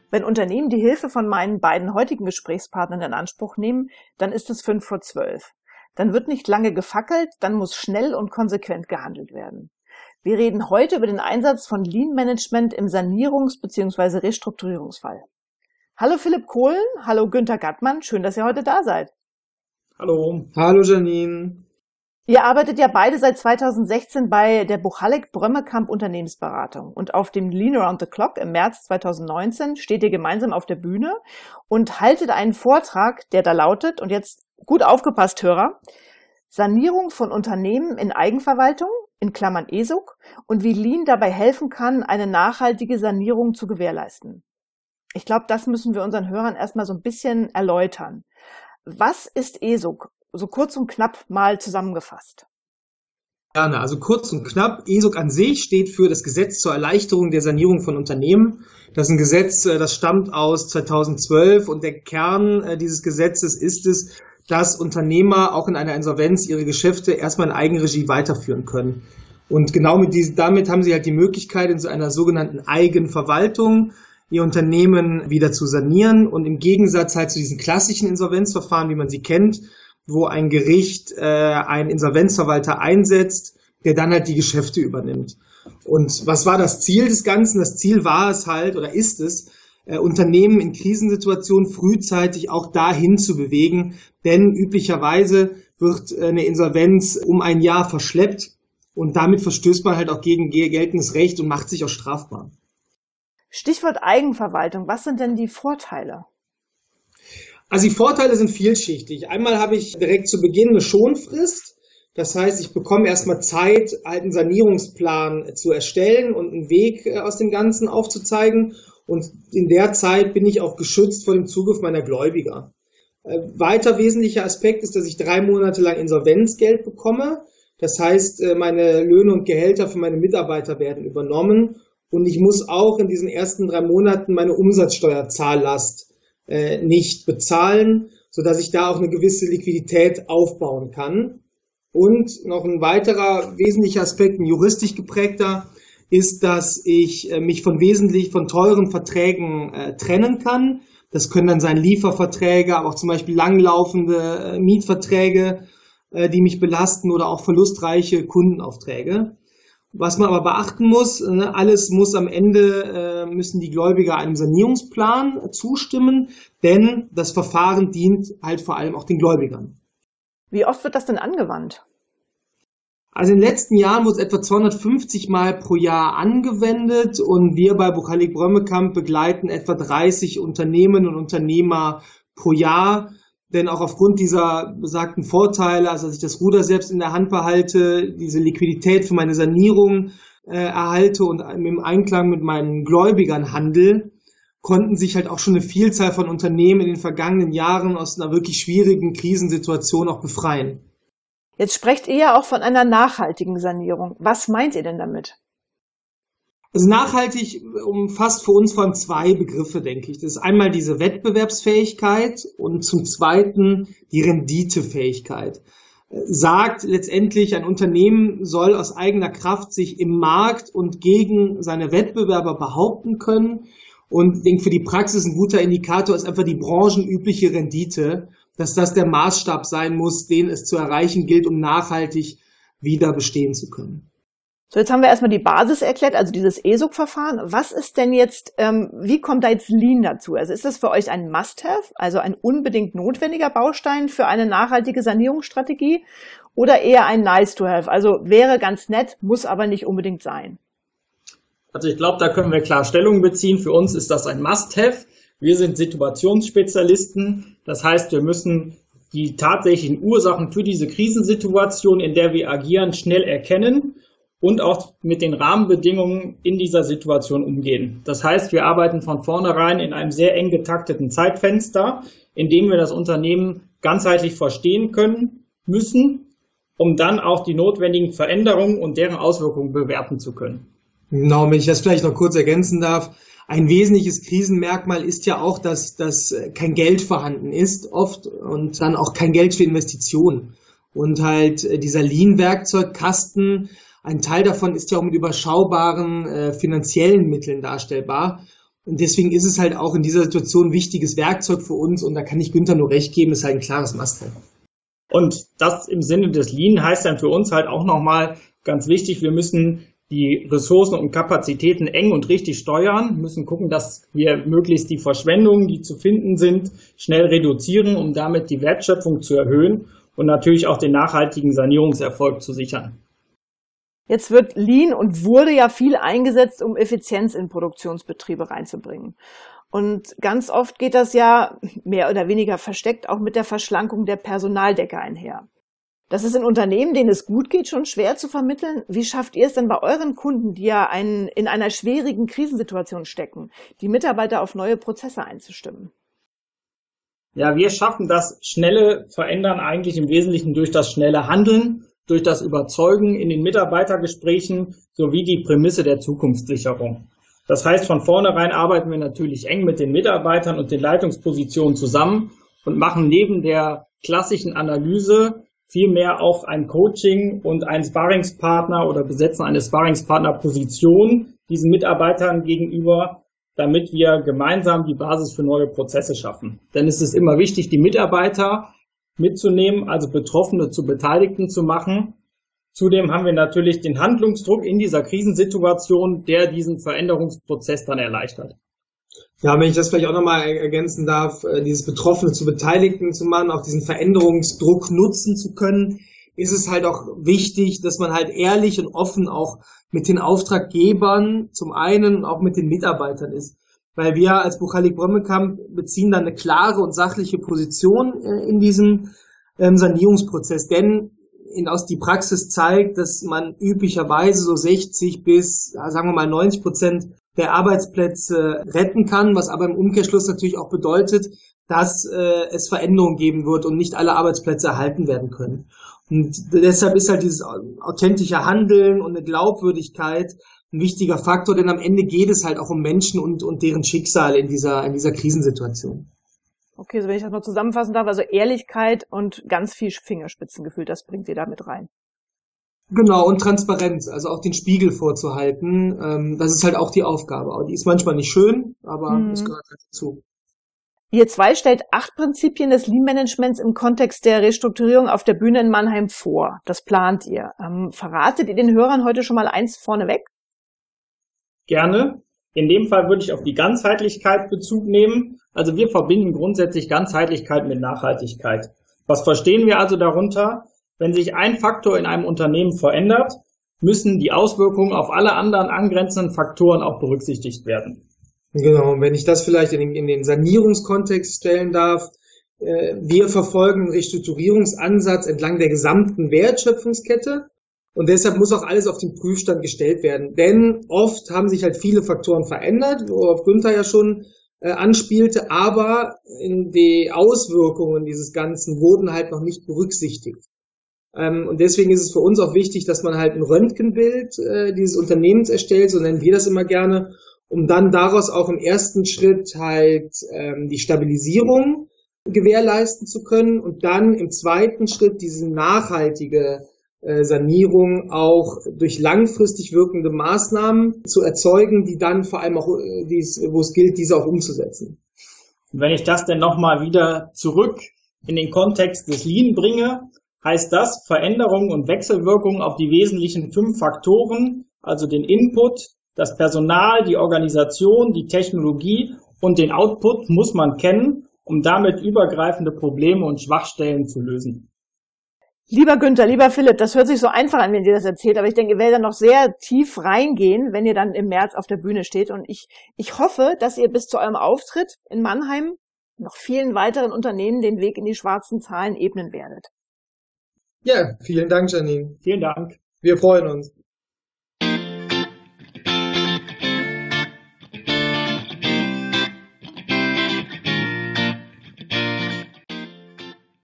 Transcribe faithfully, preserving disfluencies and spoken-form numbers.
Wenn Unternehmen die Hilfe von meinen beiden heutigen Gesprächspartnern in Anspruch nehmen, dann ist es fünf vor zwölf. Dann wird nicht lange gefackelt, dann muss schnell und konsequent gehandelt werden. Wir reden heute über den Einsatz von Lean Management im Sanierungs- bzw. Restrukturierungsfall. Hallo Philipp Kohlen, hallo Günther Gattmann, schön, dass ihr heute da seid. Hallo. Hallo Janine. Ihr arbeitet ja beide seit zweitausendsechzehn bei der Buchhallig Brömmekamp Unternehmensberatung und auf dem Lean Around the Clock im März zweitausendneunzehn steht ihr gemeinsam auf der Bühne und haltet einen Vortrag, der da lautet, und jetzt gut aufgepasst, Hörer, Sanierung von Unternehmen in Eigenverwaltung, in Klammern E S O C, und wie Lean dabei helfen kann, eine nachhaltige Sanierung zu gewährleisten. Ich glaube, das müssen wir unseren Hörern erstmal so ein bisschen erläutern. Was ist E S O C? So kurz und knapp mal zusammengefasst. Gerne, also kurz und knapp. E S O C an sich steht für das Gesetz zur Erleichterung der Sanierung von Unternehmen. Das ist ein Gesetz, das stammt aus zweitausendzwölf und der Kern dieses Gesetzes ist es, dass Unternehmer auch in einer Insolvenz ihre Geschäfte erstmal in Eigenregie weiterführen können. Und genau mit diesem, damit haben sie halt die Möglichkeit, in so einer sogenannten Eigenverwaltung ihr Unternehmen wieder zu sanieren und im Gegensatz halt zu diesen klassischen Insolvenzverfahren, wie man sie kennt, wo ein Gericht äh, einen Insolvenzverwalter einsetzt, der dann halt die Geschäfte übernimmt. Und was war das Ziel des Ganzen? Das Ziel war es halt oder ist es, äh, Unternehmen in Krisensituationen frühzeitig auch dahin zu bewegen, denn üblicherweise wird äh, eine Insolvenz um ein Jahr verschleppt und damit verstößt man halt auch gegen geltendes Recht und macht sich auch strafbar. Stichwort Eigenverwaltung. Was sind denn die Vorteile? Also die Vorteile sind vielschichtig. Einmal habe ich direkt zu Beginn eine Schonfrist. Das heißt, ich bekomme erstmal Zeit, einen Sanierungsplan zu erstellen und einen Weg aus dem Ganzen aufzuzeigen. Und in der Zeit bin ich auch geschützt vor dem Zugriff meiner Gläubiger. Weiter wesentlicher Aspekt ist, dass ich drei Monate lang Insolvenzgeld bekomme. Das heißt, meine Löhne und Gehälter für meine Mitarbeiter werden übernommen. Und ich muss auch in diesen ersten drei Monaten meine Umsatzsteuerzahllast nicht bezahlen, sodass ich da auch eine gewisse Liquidität aufbauen kann. Und noch ein weiterer wesentlicher Aspekt, ein juristisch geprägter, ist, dass ich mich von wesentlich von teuren Verträgen äh, trennen kann. Das können dann sein Lieferverträge, aber auch zum Beispiel langlaufende äh, Mietverträge, äh, die mich belasten oder auch verlustreiche Kundenaufträge. Was man aber beachten muss, alles muss am Ende, müssen die Gläubiger einem Sanierungsplan zustimmen, denn das Verfahren dient halt vor allem auch den Gläubigern. Wie oft wird das denn angewandt? Also in den letzten Jahren wurde es etwa zweihundertfünfzig Mal pro Jahr angewendet und wir bei Buchhallig Brömmekamp begleiten etwa dreißig Unternehmen und Unternehmer pro Jahr. Denn auch aufgrund dieser besagten Vorteile, also dass ich das Ruder selbst in der Hand behalte, diese Liquidität für meine Sanierung äh, erhalte und im Einklang mit meinen Gläubigern handle, konnten sich halt auch schon eine Vielzahl von Unternehmen in den vergangenen Jahren aus einer wirklich schwierigen Krisensituation auch befreien. Jetzt sprecht ihr ja auch von einer nachhaltigen Sanierung. Was meint ihr denn damit? Also nachhaltig umfasst für uns vor allem zwei Begriffe, denke ich. Das ist einmal diese Wettbewerbsfähigkeit und zum Zweiten die Renditefähigkeit. Sagt letztendlich, ein Unternehmen soll aus eigener Kraft sich im Markt und gegen seine Wettbewerber behaupten können. Und ich denke, für die Praxis ein guter Indikator ist einfach die branchenübliche Rendite, dass das der Maßstab sein muss, den es zu erreichen gilt, um nachhaltig wieder bestehen zu können. So, jetzt haben wir erstmal die Basis erklärt, also dieses E S O C-Verfahren. Was ist denn jetzt, ähm, wie kommt da jetzt Lean dazu? Also ist das für euch ein Must-Have, also ein unbedingt notwendiger Baustein für eine nachhaltige Sanierungsstrategie oder eher ein Nice-to-Have? Also wäre ganz nett, muss aber nicht unbedingt sein. Also ich glaube, da können wir klar Stellung beziehen. Für uns ist das ein Must-Have. Wir sind Situationsspezialisten. Das heißt, wir müssen die tatsächlichen Ursachen für diese Krisensituation, in der wir agieren, schnell erkennen und auch mit den Rahmenbedingungen in dieser Situation umgehen. Das heißt, wir arbeiten von vornherein in einem sehr eng getakteten Zeitfenster, in dem wir das Unternehmen ganzheitlich verstehen können müssen, um dann auch die notwendigen Veränderungen und deren Auswirkungen bewerten zu können. Genau, wenn ich das vielleicht noch kurz ergänzen darf. Ein wesentliches Krisenmerkmal ist ja auch, dass, dass kein Geld vorhanden ist, oft, und dann auch kein Geld für Investitionen. Und halt dieser Lean-Werkzeugkasten, ein Teil davon ist ja auch mit überschaubaren äh, finanziellen Mitteln darstellbar. Und deswegen ist es halt auch in dieser Situation ein wichtiges Werkzeug für uns und da kann ich Günther nur recht geben, ist halt ein klares Must-have. Und das im Sinne des Lean heißt dann für uns halt auch nochmal ganz wichtig, wir müssen die Ressourcen und Kapazitäten eng und richtig steuern, müssen gucken, dass wir möglichst die Verschwendungen, die zu finden sind, schnell reduzieren, um damit die Wertschöpfung zu erhöhen und natürlich auch den nachhaltigen Sanierungserfolg zu sichern. Jetzt wird Lean und wurde ja viel eingesetzt, um Effizienz in Produktionsbetriebe reinzubringen. Und ganz oft geht das ja mehr oder weniger versteckt auch mit der Verschlankung der Personaldecke einher. Das ist in Unternehmen, denen es gut geht, schon schwer zu vermitteln. Wie schafft ihr es denn bei euren Kunden, die ja einen, in einer schwierigen Krisensituation stecken, die Mitarbeiter auf neue Prozesse einzustimmen? Ja, wir schaffen das schnelle Verändern eigentlich im Wesentlichen durch das schnelle Handeln, durch das Überzeugen in den Mitarbeitergesprächen sowie die Prämisse der Zukunftssicherung. Das heißt, von vornherein arbeiten wir natürlich eng mit den Mitarbeitern und den Leitungspositionen zusammen und machen neben der klassischen Analyse vielmehr auch ein Coaching und einen Sparringspartner oder besetzen eine Sparringspartnerposition diesen Mitarbeitern gegenüber, damit wir gemeinsam die Basis für neue Prozesse schaffen. Denn es ist immer wichtig, die Mitarbeiter mitzunehmen, also Betroffene zu Beteiligten zu machen. Zudem haben wir natürlich den Handlungsdruck in dieser Krisensituation, der diesen Veränderungsprozess dann erleichtert. Ja, wenn ich das vielleicht auch nochmal ergänzen darf, dieses Betroffene zu Beteiligten zu machen, auch diesen Veränderungsdruck nutzen zu können, ist es halt auch wichtig, dass man halt ehrlich und offen auch mit den Auftraggebern zum einen und auch mit den Mitarbeitern ist. Weil wir als Buchhallig Brömmekamp beziehen dann eine klare und sachliche Position in diesem Sanierungsprozess. Denn in, aus die Praxis zeigt, dass man üblicherweise so sechzig bis, sagen wir mal, neunzig Prozent der Arbeitsplätze retten kann, was aber im Umkehrschluss natürlich auch bedeutet, dass äh, es Veränderungen geben wird und nicht alle Arbeitsplätze erhalten werden können. Und deshalb ist halt dieses authentische Handeln und eine Glaubwürdigkeit ein wichtiger Faktor, denn am Ende geht es halt auch um Menschen und, und deren Schicksal in dieser, in dieser Krisensituation. Okay, so wenn ich das mal zusammenfassen darf, also Ehrlichkeit und ganz viel Fingerspitzengefühl, das bringt ihr da mit rein. Genau, und Transparenz, also auch den Spiegel vorzuhalten, ähm, das ist halt auch die Aufgabe. Die ist manchmal nicht schön, aber mhm. das gehört halt dazu. Ihr zwei stellt acht Prinzipien des Lean-Managements im Kontext der Restrukturierung auf der Bühne in Mannheim vor. Das plant ihr. Ähm, verratet ihr den Hörern heute schon mal eins vorneweg? Gerne. In dem Fall würde ich auf die Ganzheitlichkeit Bezug nehmen. Also wir verbinden grundsätzlich Ganzheitlichkeit mit Nachhaltigkeit. Was verstehen wir also darunter? Wenn sich ein Faktor in einem Unternehmen verändert, müssen die Auswirkungen auf alle anderen angrenzenden Faktoren auch berücksichtigt werden. Genau, und wenn ich das vielleicht in den, in den Sanierungskontext stellen darf, äh, wir verfolgen einen Restrukturierungsansatz entlang der gesamten Wertschöpfungskette und deshalb muss auch alles auf den Prüfstand gestellt werden. Denn oft haben sich halt viele Faktoren verändert, worauf Günther ja schon äh, anspielte, aber in die Auswirkungen dieses Ganzen wurden halt noch nicht berücksichtigt. Ähm, und deswegen ist es für uns auch wichtig, dass man halt ein Röntgenbild äh, dieses Unternehmens erstellt, so nennen wir das immer gerne, um dann daraus auch im ersten Schritt halt ähm, die Stabilisierung gewährleisten zu können und dann im zweiten Schritt diese nachhaltige äh, Sanierung auch durch langfristig wirkende Maßnahmen zu erzeugen, die dann vor allem auch, äh, dies, wo es gilt, diese auch umzusetzen. Wenn ich das denn nochmal wieder zurück in den Kontext des Lean bringe, heißt das Veränderungen und Wechselwirkungen auf die wesentlichen fünf Faktoren, also den Input, das Personal, die Organisation, die Technologie und den Output muss man kennen, um damit übergreifende Probleme und Schwachstellen zu lösen. Lieber Günther, lieber Philipp, das hört sich so einfach an, wenn ihr das erzählt, aber ich denke, ihr werdet noch sehr tief reingehen, wenn ihr dann im März auf der Bühne steht. Und ich, ich hoffe, dass ihr bis zu eurem Auftritt in Mannheim noch vielen weiteren Unternehmen den Weg in die schwarzen Zahlen ebnen werdet. Ja, vielen Dank, Janine. Vielen Dank. Wir freuen uns.